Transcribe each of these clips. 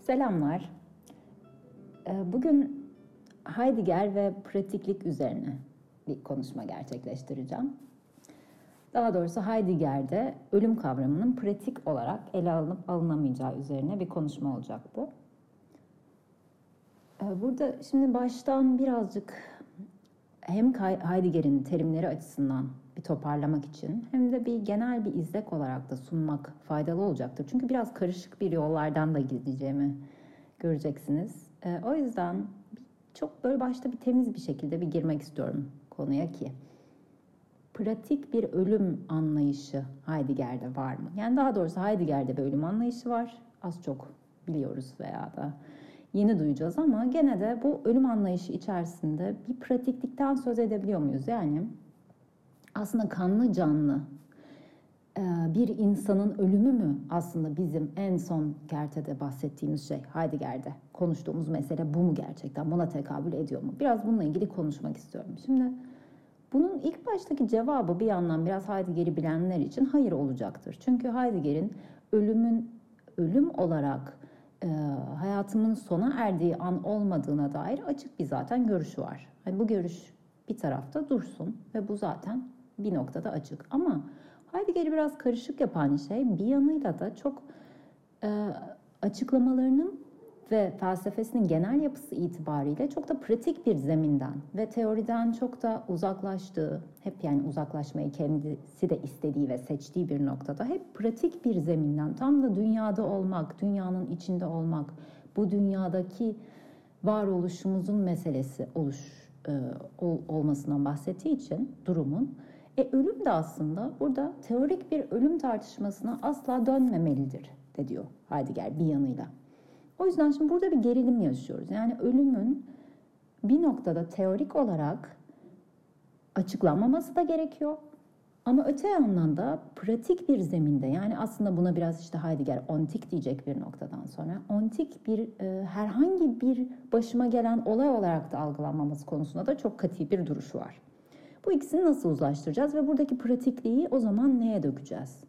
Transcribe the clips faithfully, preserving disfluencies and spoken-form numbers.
Selamlar. Ee, Bugün Heidegger ve pratiklik üzerine bir konuşma gerçekleştireceğim. Daha doğrusu Heidegger'de ölüm kavramının pratik olarak ele alınıp alınamayacağı üzerine bir konuşma olacak bu. Ee, Burada şimdi baştan birazcık hem Heidegger'in terimleri açısından bir toparlamak için hem de bir genel bir izlek olarak da sunmak faydalı olacaktır. Çünkü biraz karışık bir yollardan da gideceğimi göreceksiniz. Ee, o yüzden çok böyle başta bir temiz bir şekilde bir girmek istiyorum konuya ki. Pratik bir ölüm anlayışı Heidegger'de var mı? Yani daha doğrusu Heidegger'de bir ölüm anlayışı var. Az çok biliyoruz veya da yeni duyacağız ama gene de bu ölüm anlayışı içerisinde bir pratiklikten söz edebiliyor muyuz? Yani aslında kanlı canlı bir insanın ölümü mü aslında bizim en son kertede bahsettiğimiz şey, Heidegger'de konuştuğumuz mesele bu mu gerçekten? Buna tekabül ediyor mu? Biraz bununla ilgili konuşmak istiyorum. Şimdi bunun ilk baştaki cevabı bir yandan biraz Heidegger'i bilenler için hayır olacaktır. Çünkü Heidegger'in ölümün ölüm olarak e, hayatımın sona erdiği an olmadığına dair açık bir zaten görüşü var. Yani bu görüş bir tarafta dursun ve bu zaten bir noktada açık. Ama Heidegger'i biraz karışık yapan şey bir yanıyla da çok e, açıklamalarının ve felsefesinin genel yapısı itibariyle çok da pratik bir zeminden ve teoriden çok da uzaklaştığı, hep yani uzaklaşmayı kendisi de istediği ve seçtiği bir noktada hep pratik bir zeminden, tam da dünyada olmak, dünyanın içinde olmak, bu dünyadaki varoluşumuzun meselesi oluş e, ol, olmasından bahsettiği için durumun, e, ölüm de aslında burada teorik bir ölüm tartışmasına asla dönmemelidir de diyor Heidegger bir yanıyla. O yüzden şimdi burada bir gerilim yaşıyoruz. Yani ölümün bir noktada teorik olarak açıklanmaması da gerekiyor. Ama öte yandan da pratik bir zeminde, yani aslında buna biraz işte Heidegger ontik diyecek bir noktadan sonra, ontik bir e, herhangi bir başıma gelen olay olarak da algılanmaması konusunda da çok katı bir duruşu var. Bu ikisini nasıl uzlaştıracağız ve buradaki pratikliği o zaman neye dökeceğiz?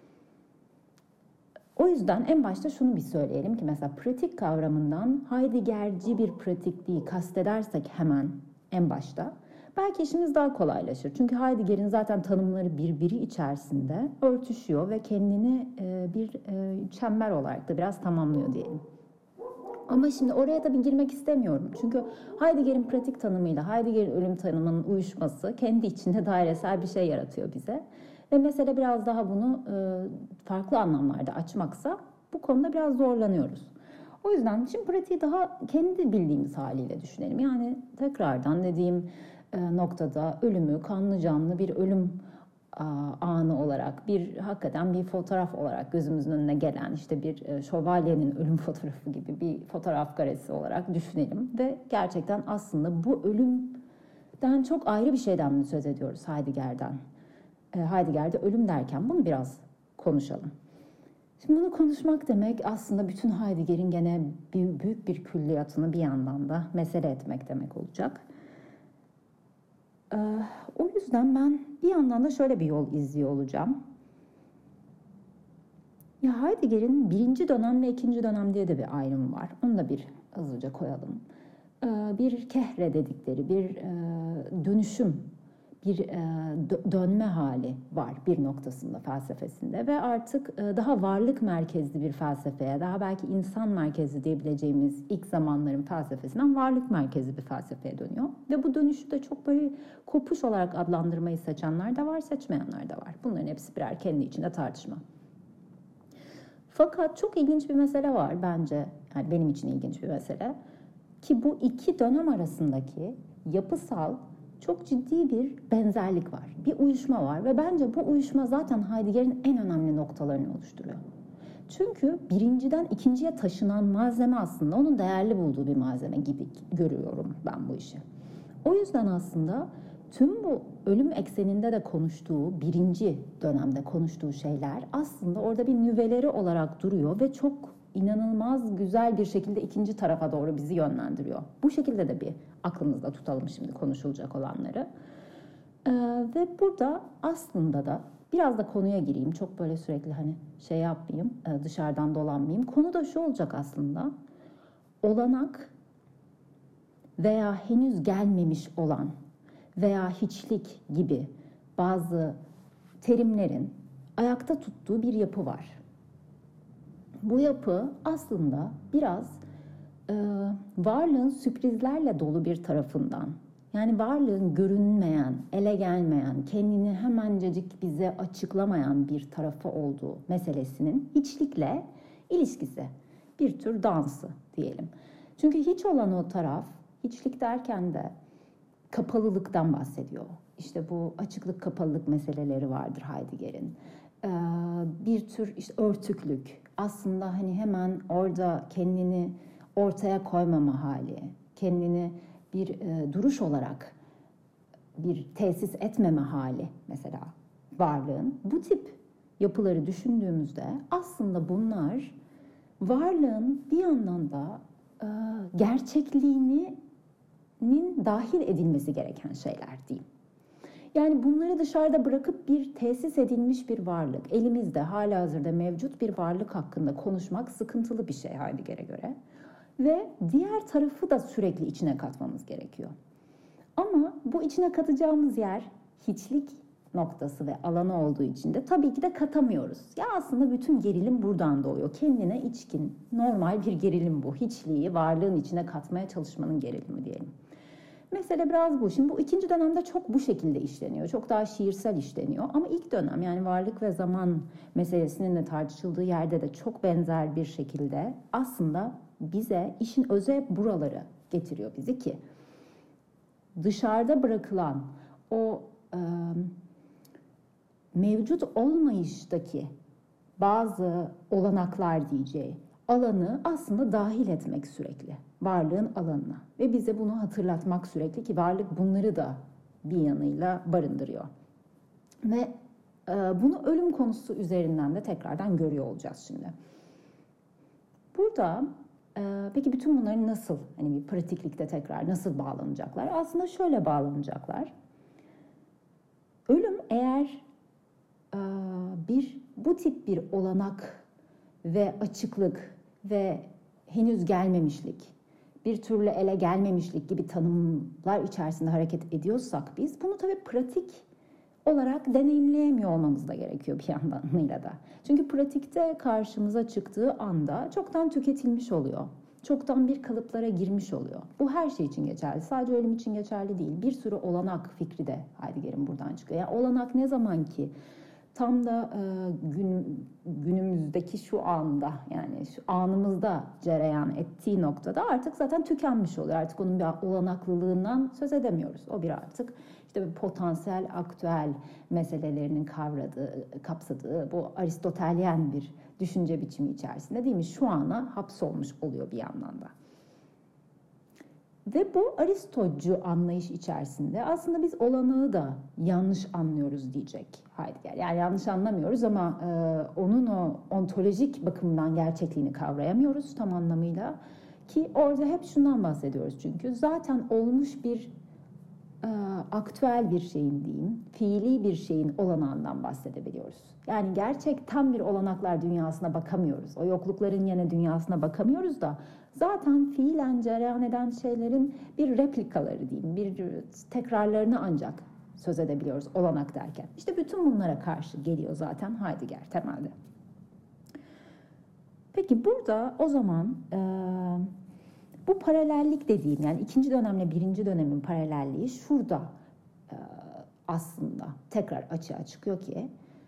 O yüzden en başta şunu bir söyleyelim ki mesela pratik kavramından Heideggerci bir pratikliği kastedersek hemen en başta belki işimiz daha kolaylaşır. Çünkü Heidegger'in zaten tanımları birbiri içerisinde örtüşüyor ve kendini bir çember olarak da biraz tamamlıyor diyelim. Ama şimdi oraya da bir girmek istemiyorum. Çünkü Heidegger'in pratik tanımıyla Heidegger'in ölüm tanımının uyuşması kendi içinde dairesel bir şey yaratıyor bize. Ve mesele biraz daha bunu farklı anlamlarda açmaksa bu konuda biraz zorlanıyoruz. O yüzden şimdi pratiği daha kendi bildiğimiz haliyle düşünelim. Yani tekrardan dediğim noktada ölümü kanlı canlı bir ölüm anı olarak, bir hakikaten bir fotoğraf olarak gözümüzün önüne gelen işte bir şövalyenin ölüm fotoğrafı gibi bir fotoğraf karesi olarak düşünelim ve gerçekten aslında bu ölümden çok ayrı bir şeyden mi söz ediyoruz Heidegger'den? Heidegger'de ölüm derken bunu biraz konuşalım. Şimdi bunu konuşmak demek aslında bütün Heidegger'in gene büyük bir külliyatını bir yandan da mesele etmek demek olacak. O yüzden ben bir yandan da şöyle bir yol izliyor olacağım. Ya Heidegger'in birinci dönem ve ikinci dönem diye de bir ayrım var. Onu da bir hızlıca koyalım. Bir kehre dedikleri bir dönüşüm, bir dönme hali var bir noktasında felsefesinde ve artık daha varlık merkezli bir felsefeye, daha belki insan merkezli diyebileceğimiz ilk zamanların felsefesinden varlık merkezli bir felsefeye dönüyor. Ve bu dönüşü de çok böyle kopuş olarak adlandırmayı seçenler de var, seçmeyenler de var. Bunların hepsi birer kendi içinde tartışma. Fakat çok ilginç bir mesele var bence, yani benim için ilginç bir mesele ki bu iki dönem arasındaki yapısal çok ciddi bir benzerlik var. Bir uyuşma var ve bence bu uyuşma zaten Heidegger'in en önemli noktalarını oluşturuyor. Çünkü birinciden ikinciye taşınan malzeme aslında onun değerli bulduğu bir malzeme gibi görüyorum ben bu işi. O yüzden aslında tüm bu ölüm ekseninde de konuştuğu, birinci dönemde konuştuğu şeyler aslında orada bir nüveleri olarak duruyor ve çok inanılmaz güzel bir şekilde ikinci tarafa doğru bizi yönlendiriyor. Bu şekilde de bir aklımızda tutalım şimdi konuşulacak olanları. Ee, ve burada aslında da Biraz da konuya gireyim. Çok böyle sürekli hani şey yapmayayım, dışarıdan dolanmayayım. Konu da şu olacak aslında. Olanak veya henüz gelmemiş olan veya hiçlik gibi bazı terimlerin ayakta tuttuğu bir yapı var. Bu yapı aslında biraz e, varlığın sürprizlerle dolu bir tarafından, yani varlığın görünmeyen, ele gelmeyen, kendini hemencecik bize açıklamayan bir tarafı olduğu meselesinin hiçlikle ilişkisi. Bir tür dansı diyelim. Çünkü hiç olan o taraf, hiçlik derken de kapalılıktan bahsediyor. İşte bu açıklık kapalılık meseleleri vardır Heidegger'in. Ee, bir tür işte örtüklük. Aslında hani hemen orada kendini ortaya koymama hali, kendini bir e, duruş olarak bir tesis etmeme hali mesela varlığın. Bu tip yapıları düşündüğümüzde aslında bunlar varlığın bir yandan da e, gerçekliğinin dahil edilmesi gereken şeyler diyeyim. Yani bunları dışarıda bırakıp bir tesis edilmiş bir varlık, elimizde halihazırda mevcut bir varlık hakkında konuşmak sıkıntılı bir şey Heidegger'e göre. Ve diğer tarafı da sürekli içine katmamız gerekiyor. Ama bu içine katacağımız yer hiçlik noktası ve alanı olduğu için de tabii ki de katamıyoruz. Ya aslında bütün gerilim buradan doğuyor. Kendine içkin, normal bir gerilim bu. Hiçliği varlığın içine katmaya çalışmanın gerilimi diyelim. Mesele biraz bu. Şimdi bu ikinci dönemde çok bu şekilde işleniyor. Çok daha şiirsel işleniyor. Ama ilk dönem, yani varlık ve zaman meselesinin de tartışıldığı yerde de çok benzer bir şekilde aslında bize işin özü buraları getiriyor bizi ki dışarıda bırakılan o e, mevcut olmayıştaki bazı olanaklar diyeceği alanı aslında dahil etmek sürekli. Varlığın alanına. Ve bize bunu hatırlatmak sürekli ki varlık bunları da bir yanıyla barındırıyor. Ve e, bunu ölüm konusu üzerinden de tekrardan görüyor olacağız şimdi. Burada e, peki bütün bunların nasıl, hani bir pratiklikte tekrar nasıl bağlanacaklar? Aslında şöyle bağlanacaklar. Ölüm eğer e, bir bu tip bir olanak ve açıklık ve henüz gelmemişlik, bir türlü ele gelmemişlik gibi tanımlar içerisinde hareket ediyorsak biz bunu tabii pratik olarak deneyimleyemiyor olmamız da gerekiyor bir yandanıyla da. Çünkü pratikte karşımıza çıktığı anda çoktan tüketilmiş oluyor. Çoktan bir kalıplara girmiş oluyor. Bu her şey için geçerli. Sadece ölüm için geçerli değil. Bir sürü olanak fikri de Heidegger'in buradan çıkıyor. Yani olanak ne zaman ki tam da e, gün, günümüzdeki şu anda, yani şu anımızda cereyan ettiği noktada artık zaten tükenmiş oluyor. Artık onun bir olanaklılığından söz edemiyoruz. O bir artık işte bir potansiyel aktüel meselelerinin kavradığı, kapsadığı bu Aristotelyen bir düşünce biçimi içerisinde değil mi? Şu ana hapsolmuş oluyor bir yandan da. Ve bu Aristocu anlayış içerisinde aslında biz olanağı da yanlış anlıyoruz diyecek Heidegger. Yani yanlış anlamıyoruz ama e, onun o ontolojik bakımdan gerçekliğini kavrayamıyoruz tam anlamıyla. Ki orada hep şundan bahsediyoruz çünkü zaten olmuş bir e, aktüel bir şeyin diyeyim, fiili bir şeyin olanağından bahsedebiliyoruz. Yani gerçek tam bir olanaklar dünyasına bakamıyoruz. O yoklukların yine dünyasına bakamıyoruz da zaten fiilen cereyan eden şeylerin bir replikaları diyeyim, bir tekrarlarını ancak söz edebiliyoruz olanak derken. İşte bütün bunlara karşı geliyor zaten Heidegger temelde. Peki burada o zaman e, bu paralellik dediğim, yani ikinci dönemle birinci dönemin paralelliği şurada e, aslında tekrar açığa çıkıyor ki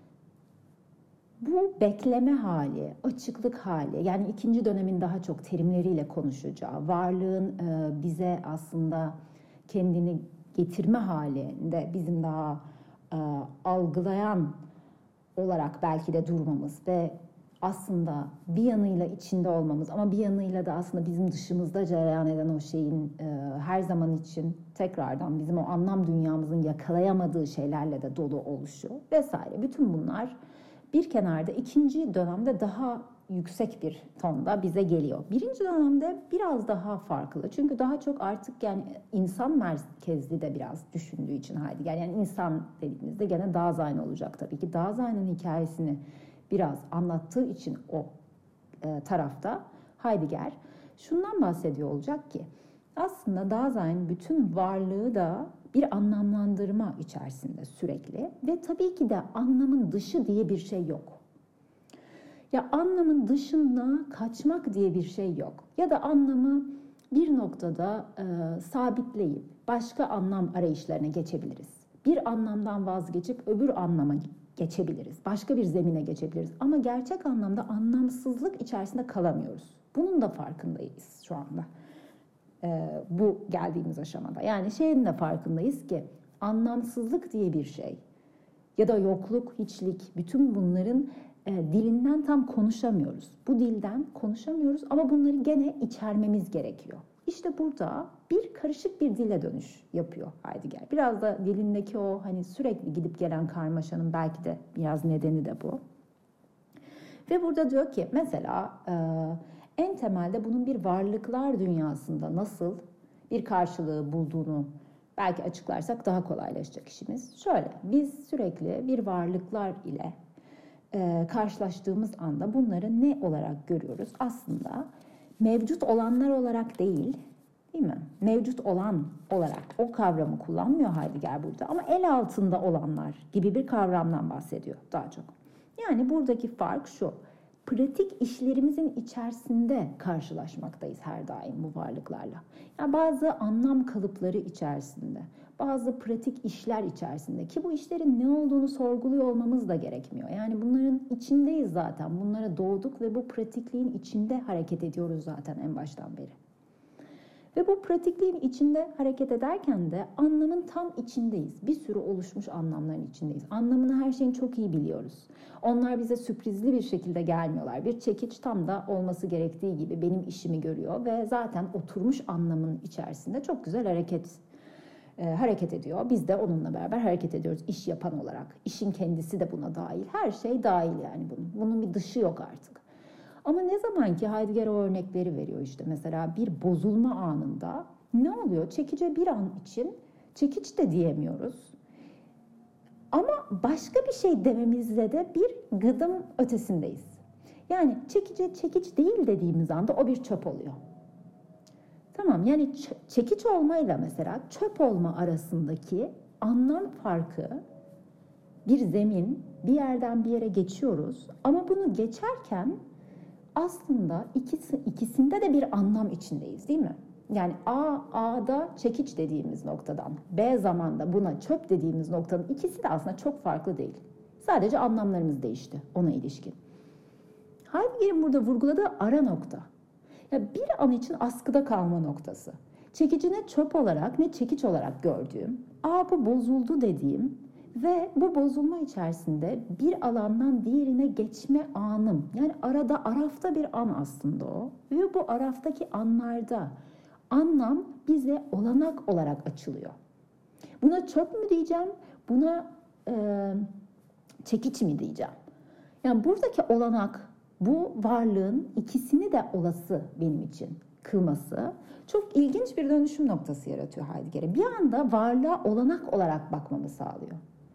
bu bekleme hali, açıklık hali, yani ikinci dönemin daha çok terimleriyle konuşacağı, varlığın e, bize aslında kendini getirme halinde bizim daha e, algılayan olarak belki de durmamız ve aslında bir yanıyla içinde olmamız ama bir yanıyla da aslında bizim dışımızda cereyan eden o şeyin e, her zaman için tekrardan bizim o anlam dünyamızın yakalayamadığı şeylerle de dolu oluşu vesaire. Bütün bunlar bir kenarda ikinci dönemde daha yüksek bir tonda bize geliyor. Birinci dönemde biraz daha farklı. Çünkü daha çok artık yani insan merkezli de biraz düşündüğü için Heidegger. Yani insan dediğimizde gene Dasein olacak tabii ki. Dasein'in hikayesini biraz anlattığı için o e, tarafta Heidegger şundan bahsediyor olacak ki aslında Dasein bütün varlığı da bir anlamlandırma içerisinde sürekli ve tabii ki de anlamın dışı diye bir şey yok. Ya anlamın dışına kaçmak diye bir şey yok. Ya da anlamı bir noktada e, sabitleyip başka anlam arayışlarına geçebiliriz. Bir anlamdan vazgeçip öbür anlama geçebiliriz. Başka bir zemine geçebiliriz. Ama gerçek anlamda anlamsızlık içerisinde kalamıyoruz. Bunun da farkındayız şu anda. E, bu geldiğimiz aşamada. Yani şeyin de farkındayız ki anlamsızlık diye bir şey ya da yokluk, hiçlik, bütün bunların e, dilinden tam konuşamıyoruz. Bu dilden konuşamıyoruz ama bunları gene içermemiz gerekiyor. İşte burada bir karışık bir dile dönüş yapıyor Heidegger. Biraz da dilindeki o hani sürekli gidip gelen karmaşanın belki de biraz nedeni de bu. Ve burada diyor ki mesela e, en temelde bunun bir varlıklar dünyasında nasıl bir karşılığı bulduğunu belki açıklarsak daha kolaylaşacak işimiz. Şöyle, biz sürekli bir varlıklar ile e, karşılaştığımız anda bunları ne olarak görüyoruz? Aslında mevcut olanlar olarak değil, değil mi? Mevcut olan olarak o kavramı kullanmıyor Heidegger burada ama el altında olanlar gibi bir kavramdan bahsediyor daha çok. Yani buradaki fark şu, pratik işlerimizin içerisinde karşılaşmaktayız her daim bu varlıklarla. Yani bazı anlam kalıpları içerisinde, bazı pratik işler içerisinde ki bu işlerin ne olduğunu sorguluyor olmamız da gerekmiyor. Yani bunların içindeyiz zaten, bunlara doğduk ve bu pratikliğin içinde hareket ediyoruz zaten en baştan beri. Ve bu pratikliğin içinde hareket ederken de anlamın tam içindeyiz. Bir sürü oluşmuş anlamların içindeyiz. Anlamını her şeyin çok iyi biliyoruz. Onlar bize sürprizli bir şekilde gelmiyorlar. Bir çekiç tam da olması gerektiği gibi benim işimi görüyor ve zaten oturmuş anlamın içerisinde çok güzel hareket e, hareket ediyor. Biz de onunla beraber hareket ediyoruz iş yapan olarak. İşin kendisi de buna dahil. Her şey dahil yani bunun. Bunun bir dışı yok artık. Ama ne zaman ki Heidegger o örnekleri veriyor işte mesela bir bozulma anında ne oluyor? Çekice bir an için çekiç de diyemiyoruz. Ama başka bir şey dememizde de bir gıdım ötesindeyiz. Yani çekice çekiç değil dediğimiz anda o bir çöp oluyor. Tamam yani çekiç olmayla mesela çöp olma arasındaki anlam farkı bir zemin, bir yerden bir yere geçiyoruz ama bunu geçerken aslında ikisi, ikisinde de bir anlam içindeyiz değil mi? Yani A, A'da çekiç dediğimiz noktadan, B zamanda buna çöp dediğimiz noktanın ikisi de aslında çok farklı değil. Sadece anlamlarımız değişti ona ilişkin. Heidegger'in burada vurguladığı ara nokta. Ya bir an için askıda kalma noktası. Çekici ne çöp olarak ne çekiç olarak gördüğüm, A bu bozuldu dediğim ve bu bozulma içerisinde bir alandan diğerine geçme anım. Yani arada, arafta bir an aslında o. Ve bu araftaki anlarda anlam bize olanak olarak açılıyor. Buna çöp mü diyeceğim, buna e, çekiç mi diyeceğim? Yani buradaki olanak, bu varlığın ikisini de olası benim için kılması çok ilginç bir dönüşüm noktası yaratıyor Heidegger'e. Bir anda varlığa olanak olarak bakmamı sağlıyor.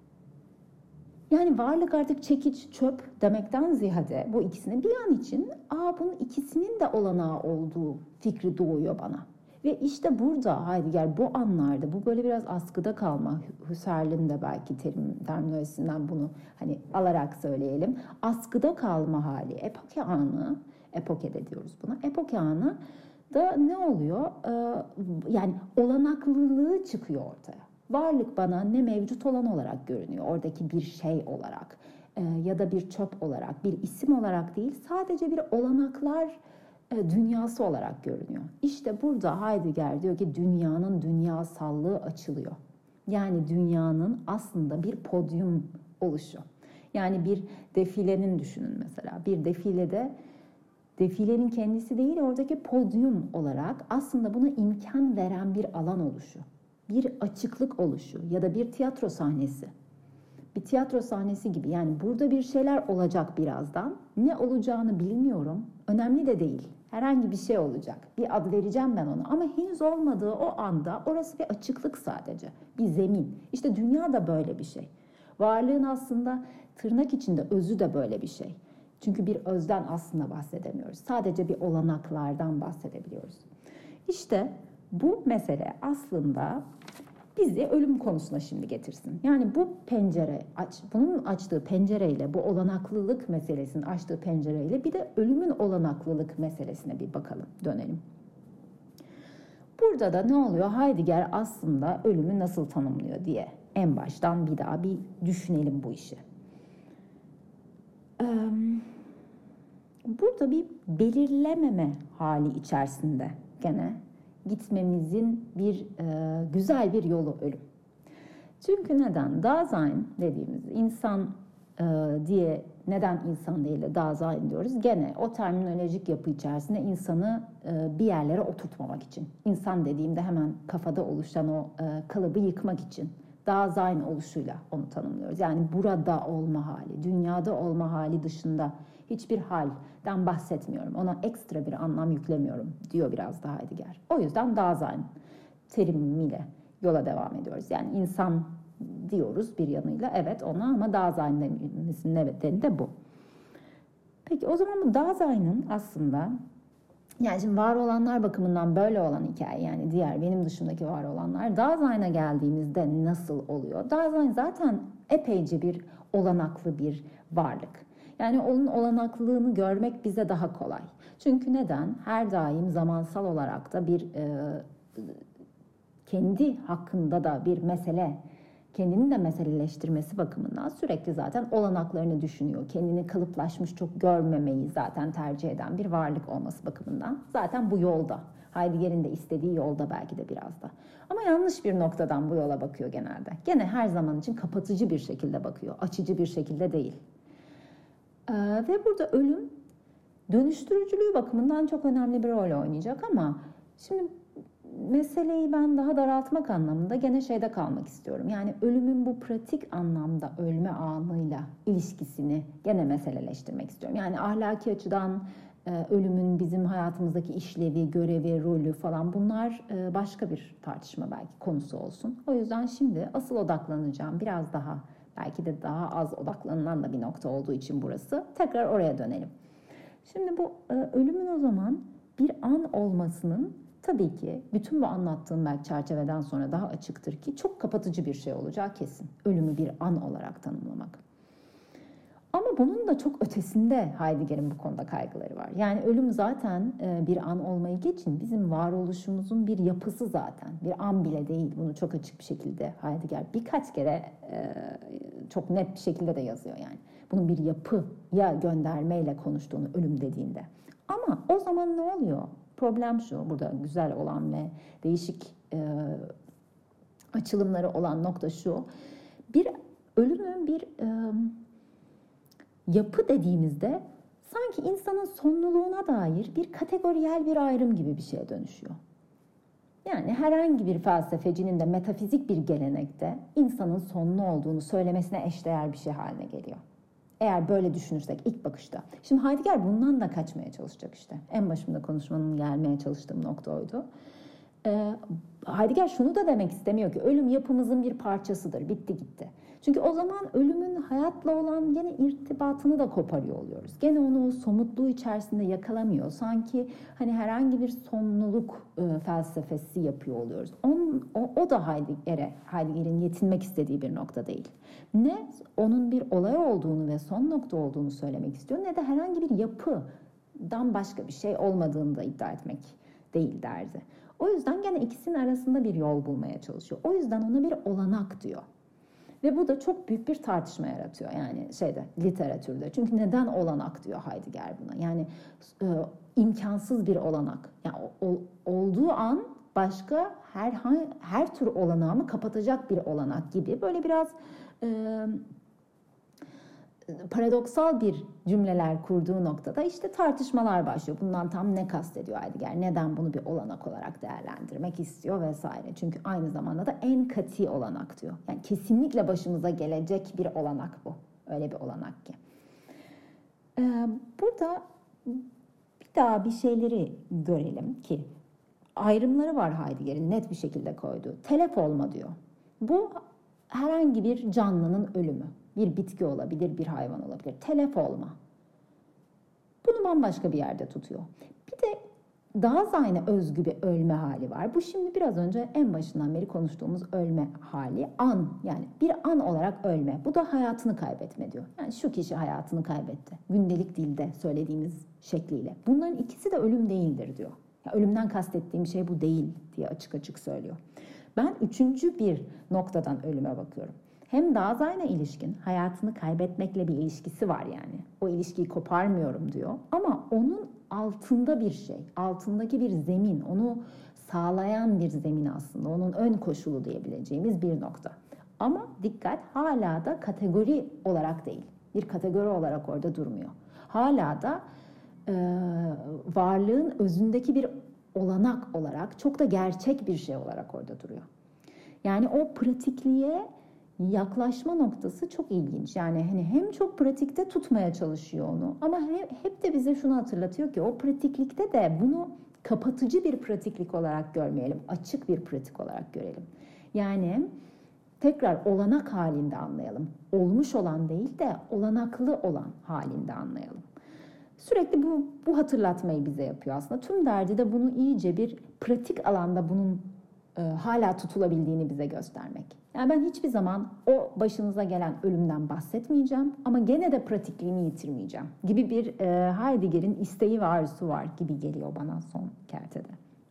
Yani varlık artık çekiç, çöp demekten ziyade bu ikisini bir an için aa bunun ikisinin de olanağı olduğu fikri doğuyor bana. Ve işte burada Heidegger bu anlarda bu böyle biraz askıda kalma, Husserl'in de belki terim, terminolojisinden bunu hani alarak söyleyelim. Askıda kalma hali, epoke anı, epoke de diyoruz buna. Epoke anı da ne oluyor? Ee, yani olanaklılığı çıkıyor ortaya. Varlık bana ne mevcut olan olarak görünüyor, oradaki bir şey olarak e, ya da bir çöp olarak, bir isim olarak değil, sadece bir olanaklar e, dünyası olarak görünüyor. İşte burada Heidegger diyor ki dünyanın dünyasallığı açılıyor. Yani dünyanın aslında bir podyum oluşu. Yani bir defilenin düşünün mesela. Bir defilede defilenin kendisi değil, oradaki podyum olarak aslında buna imkan veren bir alan oluşu. Bir açıklık oluşu ya da bir tiyatro sahnesi. bir tiyatro sahnesi gibi. Yani burada bir şeyler olacak birazdan. Ne olacağını bilmiyorum. Önemli de değil. Herhangi bir şey olacak. Bir adı vereceğim ben ona. Ama henüz olmadığı o anda orası bir açıklık sadece. Bir zemin. İşte dünya da böyle bir şey. Varlığın aslında tırnak içinde özü de böyle bir şey. Çünkü bir özden aslında bahsedemiyoruz. Sadece bir olanaklardan bahsedebiliyoruz. İşte bu mesele aslında bizi ölüm konusuna şimdi getirsin. Yani bu pencere, aç, bunun açtığı pencereyle, bu olanaklılık meselesinin açtığı pencereyle bir de ölümün olanaklılık meselesine bir bakalım, dönelim. Burada da ne oluyor? Heidegger aslında ölümü nasıl tanımlıyor diye en baştan bir daha bir düşünelim bu işi. Burada bir belirlememe hali içerisinde gene gitmemizin bir e, güzel bir yolu ölüm. Çünkü neden? Dasein dediğimiz insan e, diye neden insan değil de Dasein diyoruz? Gene o terminolojik yapı içerisinde insanı e, bir yerlere oturtmamak için. İnsan dediğimde hemen kafada oluşan o e, kalıbı yıkmak için. Dasein oluşuyla onu tanımlıyoruz. Yani burada olma hali, dünyada olma hali dışında hiçbir halden bahsetmiyorum. Ona ekstra bir anlam yüklemiyorum diyor biraz daha Heidegger. O yüzden Dasein terimiyle yola devam ediyoruz. Yani insan diyoruz bir yanıyla, evet ona, ama Dasein dememizin nedeni de bu. Peki o zaman bu Dasein'in aslında, yani şimdi var olanlar bakımından böyle olan hikaye, yani diğer benim dışımdaki var olanlar, Dasein'e geldiğimizde nasıl oluyor? Dasein zaten epeyce bir olanaklı bir varlık. Yani onun olanaklılığını görmek bize daha kolay. Çünkü neden? Her daim zamansal olarak da bir e, kendi hakkında da bir mesele, kendini de meseleleştirmesi bakımından sürekli zaten olanaklarını düşünüyor. Kendini kalıplaşmış çok görmemeyi zaten tercih eden bir varlık olması bakımından. Zaten bu yolda. Heidegger'in de istediği yolda belki de biraz da. Ama yanlış bir noktadan bu yola bakıyor genelde. Gene her zaman için kapatıcı bir şekilde bakıyor. Açıcı bir şekilde değil. Ee, ve burada ölüm dönüştürücülüğü bakımından çok önemli bir rol oynayacak ama şimdi meseleyi ben daha daraltmak anlamında gene şeyde kalmak istiyorum. Yani ölümün bu pratik anlamda ölme anıyla ilişkisini gene meseleleştirmek istiyorum. Yani ahlaki açıdan e, ölümün bizim hayatımızdaki işlevi, görevi, rolü falan, bunlar e, başka bir tartışma belki konusu olsun. O yüzden şimdi asıl odaklanacağım biraz daha, belki de daha az odaklanılan da bir nokta olduğu için burası. Tekrar oraya dönelim. Şimdi bu e, ölümün o zaman bir an olmasının tabii ki bütün bu anlattığım belki çerçeveden sonra daha açıktır ki çok kapatıcı bir şey olacağı kesin. Ölümü bir an olarak tanımlamak. Ama bunun da çok ötesinde Heidegger'in bu konuda kaygıları var. Yani ölüm zaten bir an olmayı geçin, bizim varoluşumuzun bir yapısı zaten. Bir an bile değil. Bunu çok açık bir şekilde Heidegger birkaç kere çok net bir şekilde de yazıyor yani. Bunun bir yapıya göndermeyle konuştuğunu ölüm dediğinde. Ama o zaman ne oluyor? Problem şu, burada güzel olan ve değişik e, açılımları olan nokta şu. Bir ölümün bir e, yapı dediğimizde sanki insanın sonluluğuna dair bir kategoriyel bir ayrım gibi bir şeye dönüşüyor. Yani herhangi bir felsefecinin de metafizik bir gelenekte insanın sonlu olduğunu söylemesine eşdeğer bir şey haline geliyor. Eğer böyle düşünürsek ilk bakışta. Şimdi Heidegger bundan da kaçmaya çalışacak işte. En başımda konuşmanın gelmeye çalıştığım nokta oydu. Ee, Heidegger şunu da demek istemiyor ki ölüm yapımızın bir parçasıdır. Bitti gitti. Çünkü o zaman ölümün hayatla olan gene irtibatını da koparıyor oluyoruz. Gene onu o somutluğu içerisinde yakalamıyor. Sanki hani herhangi bir sonluluk e, felsefesi yapıyor oluyoruz. Onun, o, o da Heidegger'e, Heidegger'in yetinmek istediği bir nokta değil. Ne onun bir olay olduğunu ve son nokta olduğunu söylemek istiyor, ne de herhangi bir yapıdan başka bir şey olmadığını da iddia etmek değil derdi. O yüzden gene ikisinin arasında bir yol bulmaya çalışıyor. O yüzden ona bir olanak diyor. Ve bu da çok büyük bir tartışma yaratıyor yani şeyde, literatürde. Çünkü neden olanak diyor Heidegger buna? Yani e, imkansız bir olanak. Yani o, olduğu an başka her her tür olanağımı kapatacak bir olanak gibi. Böyle biraz e, paradoksal bir cümleler kurduğu noktada işte tartışmalar başlıyor. Bundan tam ne kastediyor Heidegger? Neden bunu bir olanak olarak değerlendirmek istiyor vesaire. Çünkü aynı zamanda da en katı olanak diyor. Yani kesinlikle başımıza gelecek bir olanak bu. Öyle bir olanak ki. Ee, burada bir daha bir şeyleri görelim ki ayrımları var Heidegger'in net bir şekilde koyduğu. Telef olma diyor. Bu herhangi bir canlının ölümü. Bir bitki olabilir, bir hayvan olabilir. Telef olma. Bunu bambaşka bir yerde tutuyor. Bir de Dasein'e özgü bir ölme hali var. Bu şimdi biraz önce en başından beri konuştuğumuz ölme hali. An, yani bir an olarak ölme. Bu da hayatını kaybetme diyor. Yani şu kişi hayatını kaybetti. Gündelik dilde söylediğimiz şekliyle. Bunların ikisi de ölüm değildir diyor. Ya ölümden kastettiğim şey bu değil diye açık açık söylüyor. Ben üçüncü bir noktadan ölüme bakıyorum. Hem Dasein'e ilişkin hayatını kaybetmekle bir ilişkisi var yani. O ilişkiyi koparmıyorum diyor. Ama onun altında bir şey, altındaki bir zemin, onu sağlayan bir zemin aslında. Onun ön koşulu diyebileceğimiz bir nokta. Ama dikkat, hala da kategori olarak değil. Bir kategori olarak orada durmuyor. Hala da e, varlığın özündeki bir olanak olarak, çok da gerçek bir şey olarak orada duruyor. Yani o pratikliğe yaklaşma noktası çok ilginç. Yani hani hem çok pratikte tutmaya çalışıyor onu ama hep de bize şunu hatırlatıyor ki o pratiklikte de bunu kapatıcı bir pratiklik olarak görmeyelim. Açık bir pratik olarak görelim. Yani tekrar olanak halinde anlayalım. Olmuş olan değil de olanaklı olan halinde anlayalım. Sürekli bu, bu hatırlatmayı bize yapıyor aslında. Tüm derdi de bunu iyice bir pratik alanda bunun e, hala tutulabildiğini bize göstermek. Yani ben hiçbir zaman o başınıza gelen ölümden bahsetmeyeceğim ama gene de pratikliğimi yitirmeyeceğim gibi bir e, Heidegger'in isteği ve arzusu var gibi geliyor bana son kertede.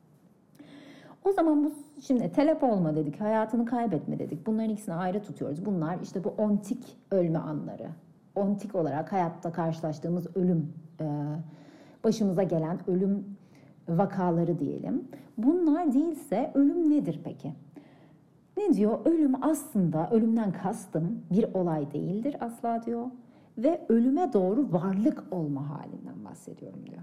O zaman bu şimdi telef olma dedik, hayatını kaybetme dedik. Bunların ikisini ayrı tutuyoruz. Bunlar işte bu ontik ölme anları. Ontik olarak hayatta karşılaştığımız ölüm, e, başımıza gelen ölüm vakaları diyelim. Bunlar değilse ölüm nedir peki? Ne diyor? Ölüm aslında, ölümden kastım bir olay değildir asla diyor. Ve ölüme doğru varlık olma halinden bahsediyorum diyor.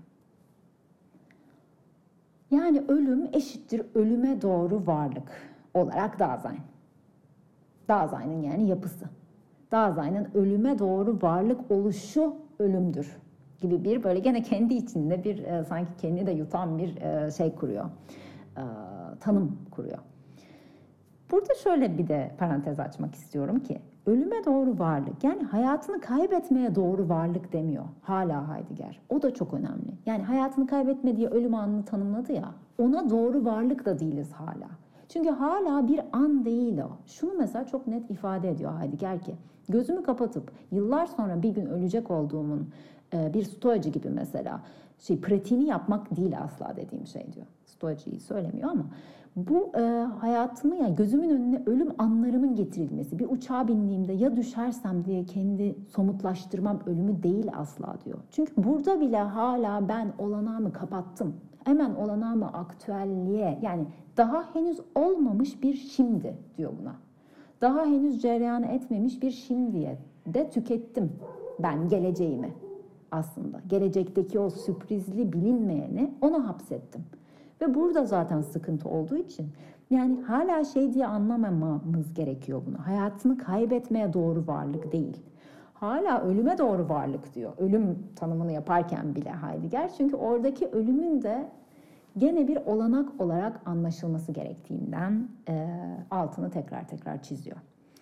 Yani ölüm eşittir ölüme doğru varlık olarak Dasein. Dasein'in yani yapısı. Dasein'in ölüme doğru varlık oluşu ölümdür gibi bir böyle gene kendi içinde bir e, sanki kendini de yutan bir e, şey kuruyor. E, tanım kuruyor. Burada şöyle bir de parantez açmak istiyorum ki ölüme doğru varlık yani hayatını kaybetmeye doğru varlık demiyor hala Heidegger. O da çok önemli. Yani hayatını kaybetme diye ölüm anını tanımladı ya ona doğru varlık da değiliz hala. Çünkü hala bir an değil o. Şunu mesela çok net ifade ediyor Heidegger ki gözümü kapatıp yıllar sonra bir gün ölecek olduğumun bir stoacı gibi mesela şey pratiğini yapmak değil asla dediğim şey diyor. Stoacıyı söylemiyor ama bu e, hayatımı yani gözümün önüne ölüm anlarımın getirilmesi. Bir uçağa bindiğimde ya düşersem diye kendi somutlaştırmam ölümü değil asla diyor. Çünkü burada bile hala ben olanağımı kapattım. Hemen olanağımı aktüelliğe yani daha henüz olmamış bir şimdi diyor buna. Daha henüz cereyan etmemiş bir şimdiye de tükettim ben geleceğimi aslında. Gelecekteki o sürprizli bilinmeyeni ona hapsettim. Ve burada zaten sıkıntı olduğu için yani hala şey diye anlamamamız gerekiyor bunu. Hayatını kaybetmeye doğru varlık değil. Hala ölüme doğru varlık diyor. Ölüm tanımını yaparken bile Heidegger. Çünkü oradaki ölümün de gene bir olanak olarak anlaşılması gerektiğinden e, altını tekrar tekrar çiziyor.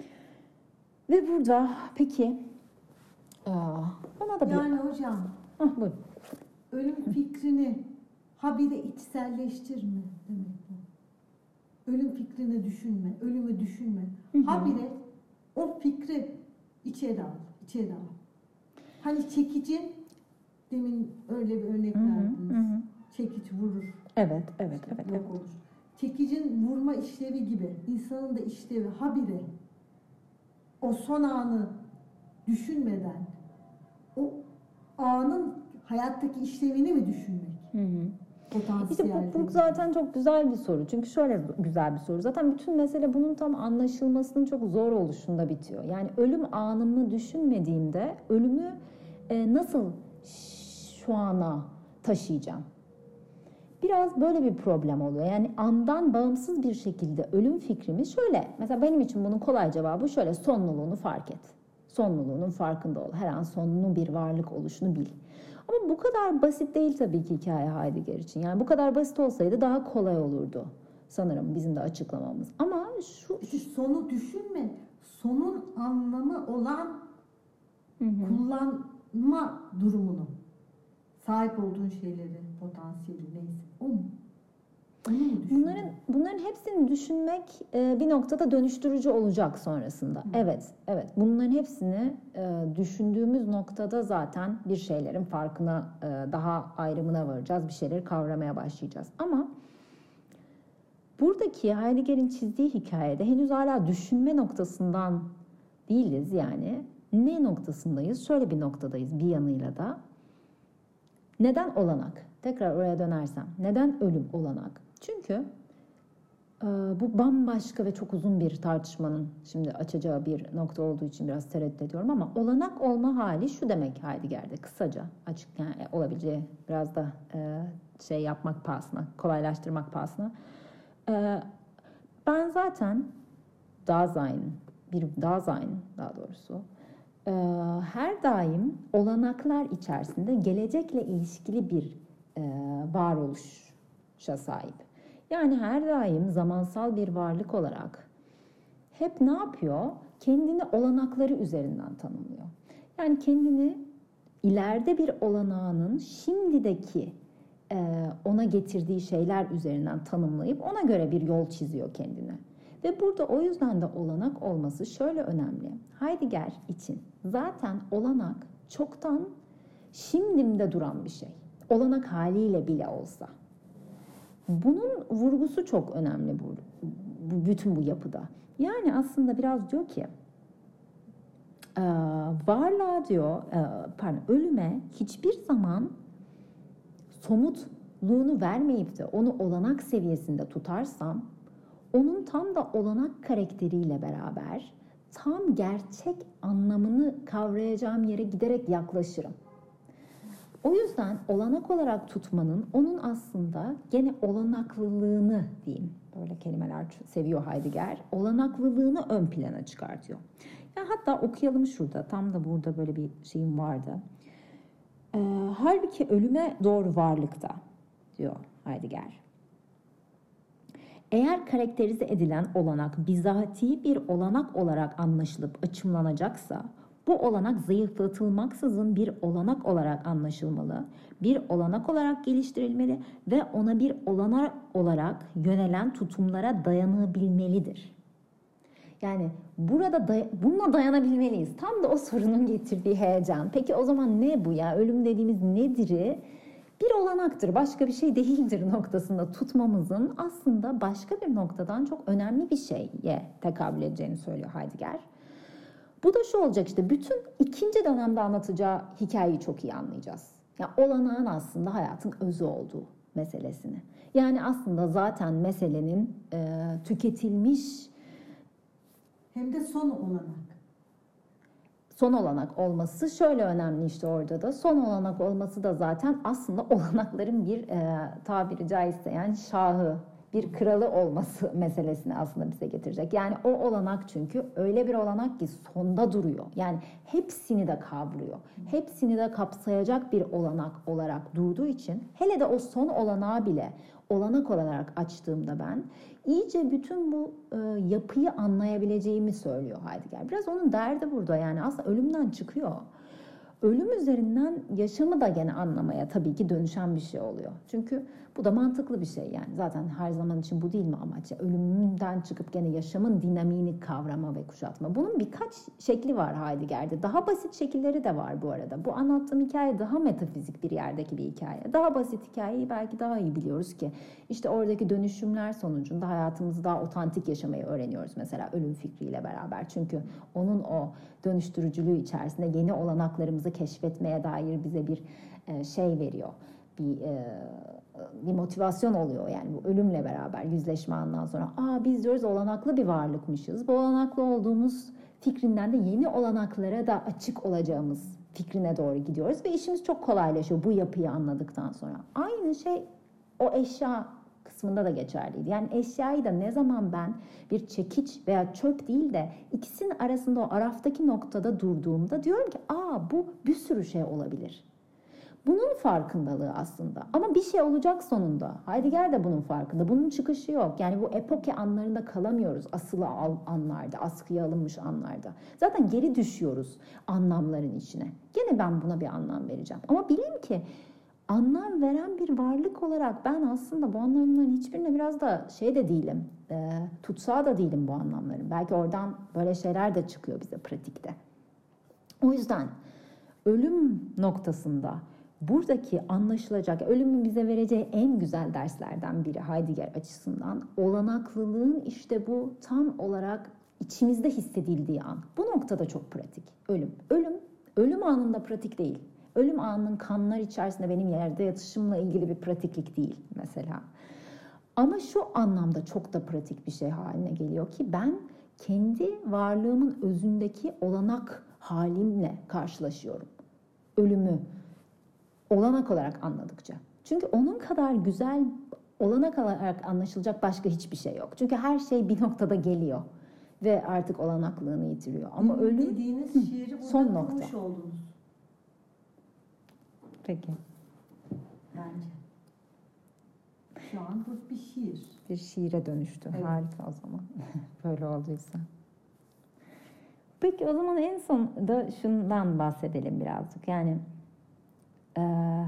Ve burada peki e, ona da bir... Yani hocam Hah, buyurun. ölüm fikrini habire içselleştirme demek bu. Ölüm fikrini düşünme, ölümü düşünme. Hı hı. Habire o fikri içeri al, içeri al. Hani çekici, demin öyle bir örnek Hı hı, verdiniz. hı hı. Çekiç vurur, Evet, evet, evet. yok evet. olur. Çekicin vurma işlevi gibi insanın da işlevi habire o son anı düşünmeden o anın hayattaki işlevini mi düşünmek? Hı hı. İşte Potansiyel. bu, bu zaten çok güzel bir soru. Çünkü şöyle güzel bir soru. Zaten bütün mesele bunun tam anlaşılmasının çok zor oluşunda bitiyor. Yani ölüm anımı düşünmediğimde ölümü e, nasıl şu ana taşıyacağım? Biraz böyle bir problem oluyor. Yani andan bağımsız bir şekilde ölüm fikrimiz şöyle. Mesela benim için bunun kolay cevabı şöyle: sonluluğunu fark et. Sonluluğunun farkında ol. Her an sonlu bir varlık oluşunu bil. Ama bu kadar basit değil tabii ki hikaye Heidegger için. Yani bu kadar basit olsaydı daha kolay olurdu sanırım bizim de açıklamamız. Ama şu... İşte sonu düşünme. Sonun anlamı olan Hı hı. kullanma durumunu. Sahip olduğun şeyleri, potansiyeli neyse. O mu? Onu mu düşünüyorsun? Bunların bunların hepsini düşünmek e, bir noktada dönüştürücü olacak sonrasında. Hı. Evet, evet. Bunların hepsini e, düşündüğümüz noktada zaten bir şeylerin farkına, e, daha ayrımına varacağız. Bir şeyleri kavramaya başlayacağız. Ama buradaki Heidegger'in çizdiği hikayede henüz hala düşünme noktasından değiliz yani. Ne noktasındayız? Şöyle bir noktadayız bir yanıyla da. Neden olanak? Tekrar oraya dönersem. Neden ölüm olanak? Çünkü e, bu bambaşka ve çok uzun bir tartışmanın şimdi açacağı bir nokta olduğu için biraz tereddüt ediyorum ama olanak olma hali şu demek Heidegger'de kısaca açık yani olabileceği biraz da e, şey yapmak pahasına, kolaylaştırmak pahasına. E, ben zaten Dasein, bir Dasein daha doğrusu e, her daim olanaklar içerisinde gelecekle ilişkili bir e, varoluşa sahip. Yani her daim zamansal bir varlık olarak hep ne yapıyor? Kendini olanakları üzerinden tanımlıyor. Yani kendini ileride bir olanağının şimdideki e, ona getirdiği şeyler üzerinden tanımlayıp ona göre bir yol çiziyor kendine. Ve burada o yüzden de olanak olması şöyle önemli. Heidegger için zaten olanak çoktan şimdimde duran bir şey. Olanak haliyle bile olsa. Bunun vurgusu çok önemli bu, bu bütün bu yapıda. Yani aslında biraz diyor ki varlığa diyor, pardon ölüme hiçbir zaman somutluğunu vermeyip de onu olanak seviyesinde tutarsam onun tam da olanak karakteriyle beraber tam gerçek anlamını kavrayacağım yere giderek yaklaşırım. O yüzden olanak olarak tutmanın onun aslında gene olanaklılığını diyeyim. Böyle kelimeler seviyor Heidegger. Olanaklılığını ön plana çıkartıyor. Yani hatta okuyalım şurada. Tam da burada böyle bir şeyim vardı. Ee, halbuki ölüme doğru varlıkta diyor Heidegger. Eğer karakterize edilen olanak bizatihi bir olanak olarak anlaşılıp açımlanacaksa bu olanak zayıflatılmaksızın bir olanak olarak anlaşılmalı, bir olanak olarak geliştirilmeli ve ona bir olanak olarak yönelen tutumlara dayanabilmelidir. Yani burada day- bununla dayanabilmeliyiz. Tam da o sorunun getirdiği heyecan. Peki o zaman ne bu ya? Ölüm dediğimiz nedir'i? Bir olanaktır, başka bir şey değildir noktasında tutmamızın aslında başka bir noktadan çok önemli bir şeye tekabül edeceğini söylüyor Heidegger. Bu da şu olacak işte bütün ikinci dönemde anlatacağı hikayeyi çok iyi anlayacağız. Yani olanağın aslında hayatın özü olduğu meselesini. Yani aslında zaten meselenin e, tüketilmiş hem de son olanak. Son olanak olması şöyle önemli işte orada da. Son olanak olması da zaten aslında olanakların bir e, tabiri caizse yani şahı, bir kralı olması meselesini aslında bize getirecek. Yani o olanak çünkü öyle bir olanak ki sonda duruyor. Yani hepsini de kavruyor. Hepsini de kapsayacak bir olanak olarak durduğu için hele de o son olanağı bile olanak olarak açtığımda ben iyice bütün bu e, yapıyı anlayabileceğimi söylüyor Heidegger. Biraz onun derdi burada yani aslında ölümden çıkıyor. Ölüm üzerinden yaşamı da gene anlamaya tabii ki dönüşen bir şey oluyor. Çünkü bu da mantıklı bir şey yani. Zaten her zaman için bu değil mi amaç? Ölümden çıkıp gene yaşamın dinamiğini kavrama ve kuşatma. Bunun birkaç şekli var Heidegger'de. Daha basit şekilleri de var bu arada. Bu anlattığım hikaye daha metafizik bir yerdeki bir hikaye. Daha basit hikayeyi belki daha iyi biliyoruz ki işte oradaki dönüşümler sonucunda hayatımızı daha otantik yaşamayı öğreniyoruz mesela ölüm fikriyle beraber. Çünkü onun o dönüştürücülüğü içerisinde yeni olanaklarımızı keşfetmeye dair bize bir şey veriyor. Bir bir motivasyon oluyor yani bu ölümle beraber yüzleşme andan sonra. Aa biz diyoruz olanaklı bir varlıkmışız. Bu olanaklı olduğumuz fikrinden de yeni olanaklara da açık olacağımız fikrine doğru gidiyoruz ve işimiz çok kolaylaşıyor bu yapıyı anladıktan sonra. Aynı şey o eşya kısmında da geçerliydi. Yani eşyayı da ne zaman ben bir çekiç veya çöp değil de ikisinin arasında o araftaki noktada durduğumda diyorum ki aa bu bir sürü şey olabilir. Bunun farkındalığı aslında. Ama bir şey olacak sonunda. Heidegger de bunun farkında. Bunun çıkışı yok. Yani bu epoke anlarında kalamıyoruz. Asılı anlarda, askıya alınmış anlarda. Zaten geri düşüyoruz anlamların içine. Gene ben buna bir anlam vereceğim. Ama bileyim ki anlam veren bir varlık olarak ben aslında bu anlamların hiçbirine biraz da şey de değilim. E, tutsağı da değilim bu anlamların. Belki oradan böyle şeyler de çıkıyor bize pratikte. O yüzden ölüm noktasında buradaki anlaşılacak, ölümün bize vereceği en güzel derslerden biri Heidegger açısından olanaklılığın işte bu tam olarak içimizde hissedildiği an. Bu noktada çok pratik ölüm. Ölüm, ölüm anında pratik değil. Ölüm anının kanlar içerisinde benim yerde yatışımla ilgili bir pratiklik değil mesela. Ama şu anlamda çok da pratik bir şey haline geliyor ki ben kendi varlığımın özündeki olanak halimle karşılaşıyorum. Ölümü olanak olarak anladıkça. Çünkü onun kadar güzel olanak olarak anlaşılacak başka hiçbir şey yok. Çünkü her şey bir noktada geliyor ve artık olanaklığını yitiriyor. Ama Benim ölüm dediğiniz şiiri burada son kurmuş nokta. oldunuz. Peki. Bence. Şu an bu bir şiir. Bir şiire dönüştü. Evet. Harika o zaman. Böyle olduysa. Peki o zaman en son da şundan bahsedelim birazcık. Yani e,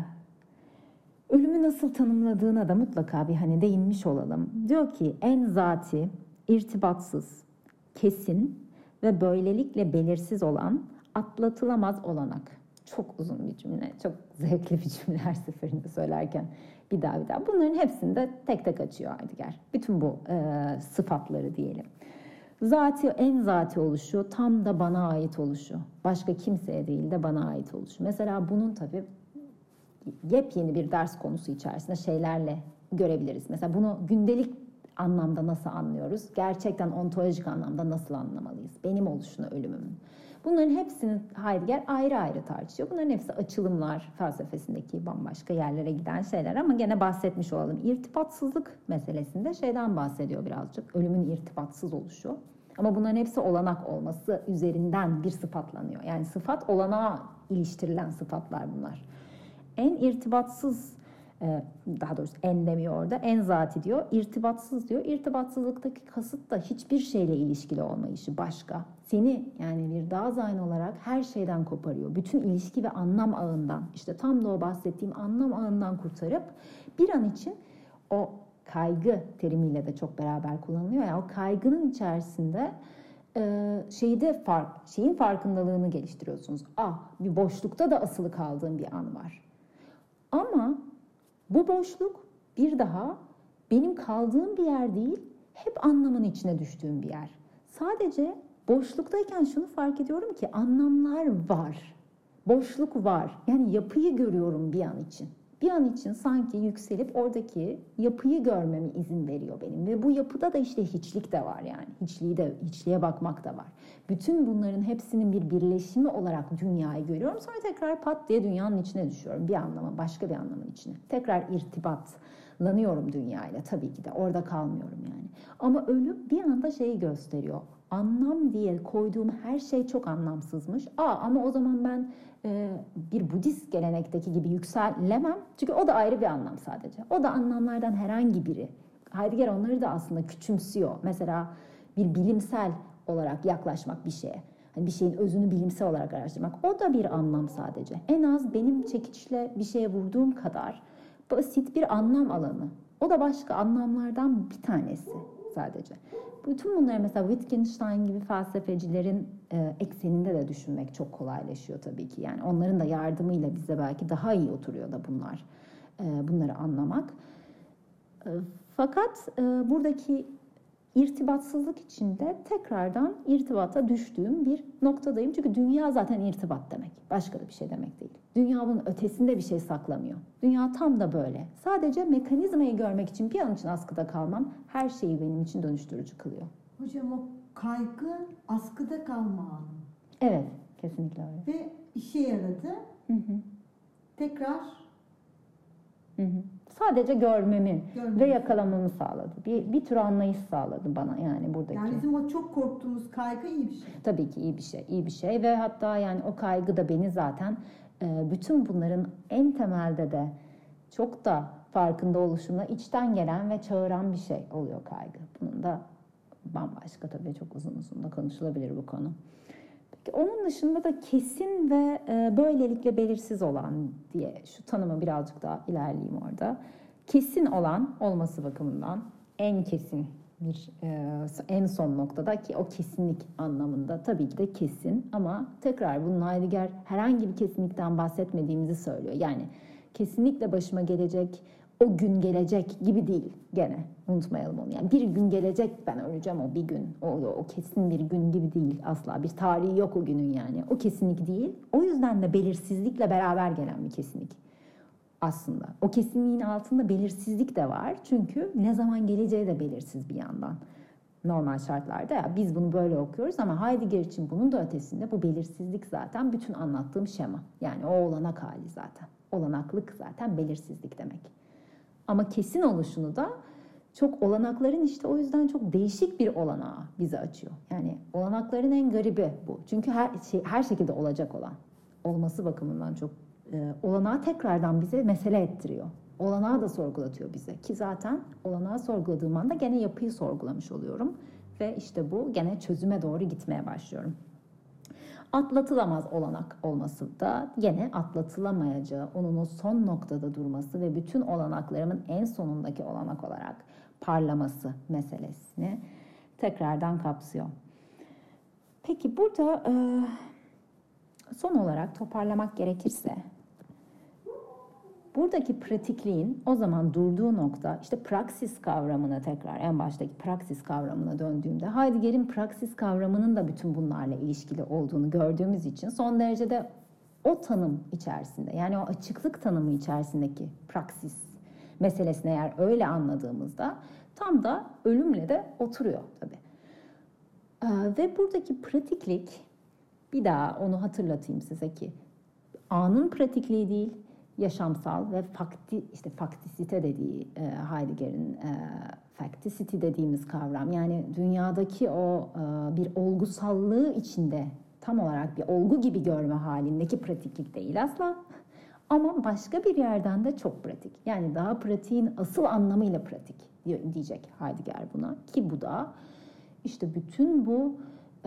ölümü nasıl tanımladığına da mutlaka bir hani değinmiş olalım. Diyor ki en zati, irtibatsız, kesin ve böylelikle belirsiz olan atlatılamaz olanak. Çok uzun bir cümle, çok zevkli bir cümle her seferinde söylerken bir daha bir daha. Bunların hepsini de tek tek açıyor Heidegger. Bütün bu e, sıfatları diyelim. Zati, en zati oluşu, tam da bana ait oluşu. Başka kimseye değil de bana ait oluşu. Mesela bunun tabii yepyeni bir ders konusu içerisinde şeylerle görebiliriz. Mesela bunu gündelik anlamda nasıl anlıyoruz? Gerçekten ontolojik anlamda nasıl anlamalıyız? Benim oluşunu, ölümümün. Bunların hepsini Heidegger ayrı ayrı tartışıyor. Bunların hepsi açılımlar felsefesindeki bambaşka yerlere giden şeyler ama gene bahsetmiş olalım. İrtibatsızlık meselesinde şeyden bahsediyor birazcık. Ölümün irtibatsız oluşu. Ama bunların hepsi olanak olması üzerinden bir sıfatlanıyor. Yani sıfat olanağa iliştirilen sıfatlar bunlar. En irtibatsız, daha doğrusu en demiyor orada, en zati diyor, irtibatsız diyor. İrtibatsızlıktaki kasıt da hiçbir şeyle ilişkili olmayışı, başka. Seni yani bir Dasein olarak her şeyden koparıyor. Bütün ilişki ve anlam ağından, işte tam da o bahsettiğim anlam ağından kurtarıp bir an için o kaygı terimiyle de çok beraber kullanılıyor. Yani o kaygının içerisinde şeyi de fark, şeyin farkındalığını geliştiriyorsunuz. Ah, bir boşlukta da asılı kaldığım bir an var. Ama bu boşluk bir daha benim kaldığım bir yer değil, hep anlamın içine düştüğüm bir yer. Sadece boşluktayken şunu fark ediyorum ki anlamlar var. Boşluk var. Yani yapıyı görüyorum bir an için. Bir an için sanki yükselip oradaki yapıyı görmeme izin veriyor benim. Ve bu yapıda da işte hiçlik de var yani. Hiçliği de, hiçliğe bakmak da var. Bütün bunların hepsinin bir birleşimi olarak dünyayı görüyorum. Sonra tekrar pat diye dünyanın içine düşüyorum. Bir anlama, başka bir anlamın içine. Tekrar irtibatlanıyorum dünyayla tabii ki de. Orada kalmıyorum yani. Ama ölüm bir anda şeyi gösteriyor. Anlam diye koyduğum her şey çok anlamsızmış. Aa ama o zaman ben e, bir Budist gelenekteki gibi yükselemem. Çünkü o da ayrı bir anlam sadece. O da anlamlardan herhangi biri. Heidegger onları da aslında küçümsüyor. Mesela bir bilimsel olarak yaklaşmak bir şeye. Hani bir şeyin özünü bilimsel olarak araştırmak. O da bir anlam sadece. En az benim çekiçle bir şeye vurduğum kadar basit bir anlam alanı. O da başka anlamlardan bir tanesi sadece. Bütün bunları mesela Wittgenstein gibi felsefecilerin e, ekseninde de düşünmek çok kolaylaşıyor tabii ki. Yani onların da yardımıyla bize belki daha iyi oturuyor da bunlar. E, bunları anlamak. E, fakat e, buradaki irtibatsızlık içinde tekrardan irtibata düştüğüm bir noktadayım. Çünkü dünya zaten irtibat demek. Başka da bir şey demek değil. Dünya bunun ötesinde bir şey saklamıyor. Dünya tam da böyle. Sadece mekanizmayı görmek için bir an için askıda kalmam her şeyi benim için dönüştürücü kılıyor. Hocam o kaygı askıda kalma anı. Evet, kesinlikle öyle. Ve işe yaradı. Hı hı. Tekrar Hı hı. Sadece görmemi Görmemi. ve yakalamamı sağladı. Bir, bir tür anlayış sağladı bana yani buradaki. Yani bizim o çok korktuğumuz kaygı iyi bir şey. Tabii ki iyi bir şey, iyi bir şey ve hatta yani o kaygı da beni zaten e, bütün bunların en temelde de çok da farkında oluşumla içten gelen ve çağıran bir şey oluyor kaygı. Bunun da bambaşka tabii çok uzun uzun da konuşulabilir bu konu. Peki onun dışında da kesin ve e, böylelikle belirsiz olan diye şu tanımı birazcık daha ilerleyeyim orada. Kesin olan olması bakımından en kesin bir e, en son noktada ki o kesinlik anlamında tabii ki de kesin ama tekrar bunun Heidegger herhangi bir kesinlikten bahsetmediğimizi söylüyor. Yani kesinlikle başıma gelecek, o gün gelecek gibi değil gene unutmayalım onu. Yani bir gün gelecek ben öleceğim o bir gün. O, o kesin bir gün gibi değil asla. Bir tarihi yok o günün yani. O kesinlik değil. O yüzden de belirsizlikle beraber gelen bir kesinlik aslında. O kesinliğin altında belirsizlik de var. Çünkü ne zaman geleceği de belirsiz bir yandan. Normal şartlarda ya biz bunu böyle okuyoruz ama Heidegger için bunun da ötesinde bu belirsizlik zaten bütün anlattığım şema. Yani o olanak hali zaten. Olanaklık zaten belirsizlik demek. Ama kesin oluşunu da çok olanakların işte o yüzden çok değişik bir olanağı bize açıyor. Yani olanakların en garibi bu. Çünkü her şey her şekilde olacak olan olması bakımından çok e, olanağı tekrardan bize mesele ettiriyor. Olanağı da sorgulatıyor bize ki zaten olanağı sorguladığım anda gene yapıyı sorgulamış oluyorum ve işte bu gene çözüme doğru gitmeye başlıyorum. Atlatılamaz olanak olması da yine atlatılamayacağı, onun o son noktada durması ve bütün olanaklarımın en sonundaki olanak olarak parlaması meselesini tekrardan kapsıyor. Peki burada e, son olarak toparlamak gerekirse buradaki pratikliğin o zaman durduğu nokta işte praksis kavramına tekrar en baştaki praksis kavramına döndüğümde Heidegger'in praksis kavramının da bütün bunlarla ilişkili olduğunu gördüğümüz için son derecede o tanım içerisinde yani o açıklık tanımı içerisindeki praksis meselesini eğer öyle anladığımızda tam da ölümle de oturuyor tabii. Ee, ve buradaki pratiklik bir daha onu hatırlatayım size ki anın pratikliği değil yaşamsal ve fakti işte faktisite dediği e, Heidegger'in e, facticity dediğimiz kavram yani dünyadaki o e, bir olgusallığı içinde tam olarak bir olgu gibi görme halindeki pratiklik değil asla ama başka bir yerden de çok pratik yani daha pratiğin asıl anlamıyla pratik diyecek Heidegger buna ki bu da işte bütün bu e,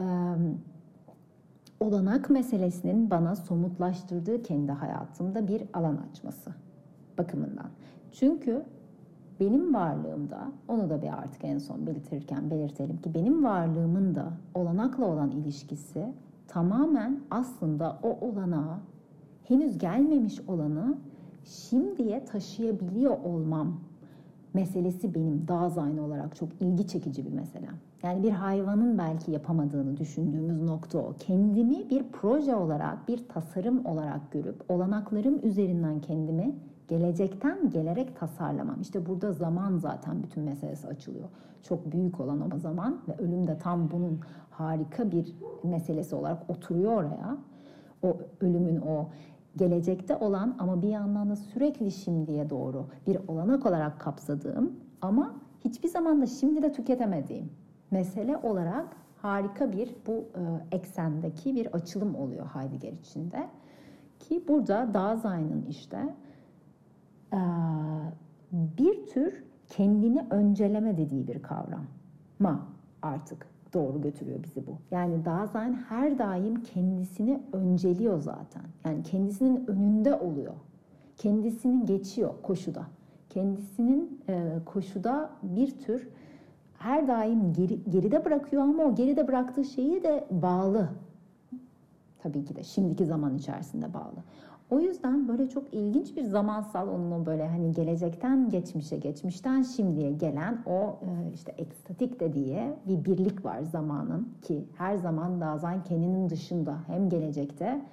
olanak meselesinin bana somutlaştırdığı kendi hayatımda bir alan açması bakımından. Çünkü benim varlığımda, onu da bir artık en son belirtirken belirtelim ki benim varlığımın da olanakla olan ilişkisi tamamen aslında o olanağa henüz gelmemiş olanı şimdiye taşıyabiliyor olmam meselesi benim Dasein olarak çok ilgi çekici bir mesele. Yani bir hayvanın belki yapamadığını düşündüğümüz nokta o. Kendimi bir proje olarak, bir tasarım olarak görüp olanaklarım üzerinden kendimi gelecekten gelerek tasarlamam. İşte burada zaman zaten bütün meselesi açılıyor. Çok büyük olan o zaman ve ölüm de tam bunun harika bir meselesi olarak oturuyor oraya. O ölümün o gelecekte olan ama bir yandan da sürekli şimdiye doğru bir olanak olarak kapsadığım ama hiçbir zaman da şimdi de tüketemediğim mesele olarak harika bir bu e, eksendeki bir açılım oluyor Heidegger içinde. Ki burada Dasein'in işte e, bir tür kendini önceleme dediği bir kavram ma artık doğru götürüyor bizi bu. Yani Dasein her daim kendisini önceliyor zaten. Yani kendisinin önünde oluyor. Kendisini geçiyor koşuda. Kendisinin e, koşuda bir tür her daim geri, geride bırakıyor ama o geride bıraktığı şeyi de bağlı. Tabii ki de şimdiki zaman içerisinde bağlı. O yüzden böyle çok ilginç bir zamansal onun böyle hani gelecekten geçmişe, geçmişten şimdiye gelen o işte ekstatik dediği bir birlik var zamanın ki her zaman Dasein kendinin dışında hem gelecekte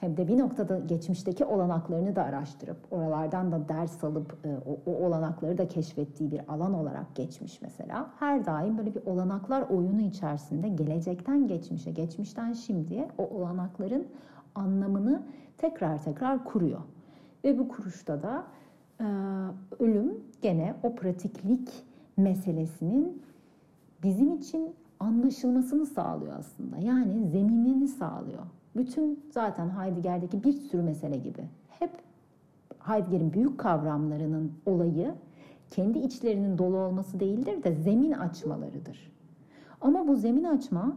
hem de bir noktada geçmişteki olanaklarını da araştırıp oralardan da ders alıp e, o, o olanakları da keşfettiği bir alan olarak geçmiş mesela. Her daim böyle bir olanaklar oyunu içerisinde gelecekten geçmişe, geçmişten şimdiye o olanakların anlamını tekrar tekrar kuruyor. Ve bu kuruşta da e, ölüm gene o pratiklik meselesinin bizim için anlaşılmasını sağlıyor aslında. Yani zeminini sağlıyor. Bütün zaten Heidegger'deki bir sürü mesele gibi. Hep Heidegger'in büyük kavramlarının olayı kendi içlerinin dolu olması değildir de zemin açmalarıdır. Ama bu zemin açma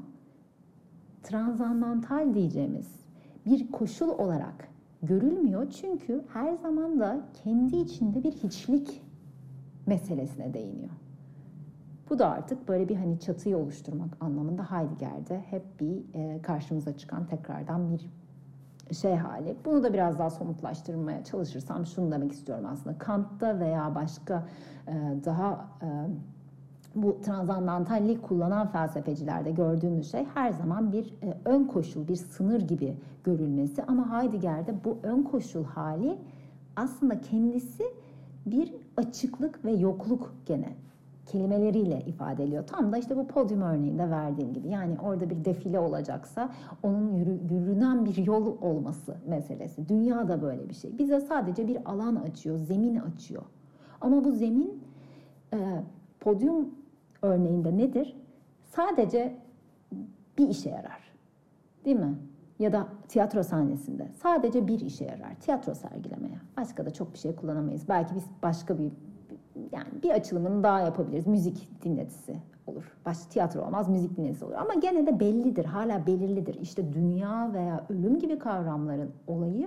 transandantal diyeceğimiz bir koşul olarak görülmüyor. Çünkü her zaman da kendi içinde bir hiçlik meselesine değiniyor. Bu da artık böyle bir hani çatıyı oluşturmak anlamında Heidegger'de hep bir e, karşımıza çıkan tekrardan bir şey hali. Bunu da biraz daha somutlaştırmaya çalışırsam şunu demek istiyorum aslında. Kant'ta veya başka e, daha e, bu transandantallik kullanan felsefecilerde gördüğümüz şey her zaman bir e, ön koşul, bir sınır gibi görülmesi. Ama Heidegger'de bu ön koşul hali aslında kendisi bir açıklık ve yokluk gene kelimeleriyle ifade ediyor. Tam da işte bu podyum örneğinde verdiğim gibi. Yani orada bir defile olacaksa onun yürü, yürünen bir yol olması meselesi. Dünya da böyle bir şey. Bize sadece bir alan açıyor, zemin açıyor. Ama bu zemin e, podyum örneğinde nedir? Sadece bir işe yarar. Değil mi? Ya da tiyatro sahnesinde sadece bir işe yarar. Tiyatro sergilemeye. Başka da çok bir şey kullanamayız. Belki biz başka bir yani bir açılımını daha yapabiliriz. Müzik dinletisi olur. Baş tiyatro olmaz, müzik dinletisi olur. Ama gene de bellidir, hala belirlidir. İşte dünya veya ölüm gibi kavramların olayı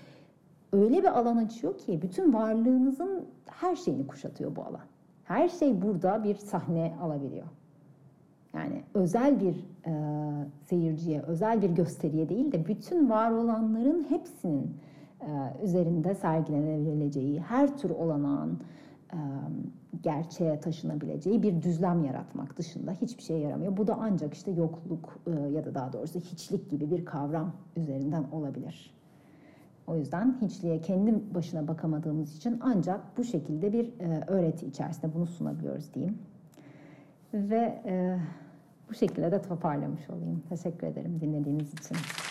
öyle bir alan açıyor ki bütün varlığımızın her şeyini kuşatıyor bu alan. Her şey burada bir sahne alabiliyor. Yani özel bir e, seyirciye, özel bir gösteriye değil de bütün var olanların hepsinin e, üzerinde sergilenebileceği, her tür olanağın e, gerçeğe taşınabileceği bir düzlem yaratmak dışında hiçbir şeye yaramıyor. Bu da ancak işte yokluk e, ya da daha doğrusu hiçlik gibi bir kavram üzerinden olabilir. O yüzden hiçliğe kendi başına bakamadığımız için ancak bu şekilde bir e, öğreti içerisinde bunu sunabiliyoruz diyeyim. Ve e, bu şekilde de toparlamış olayım. Teşekkür ederim dinlediğiniz için.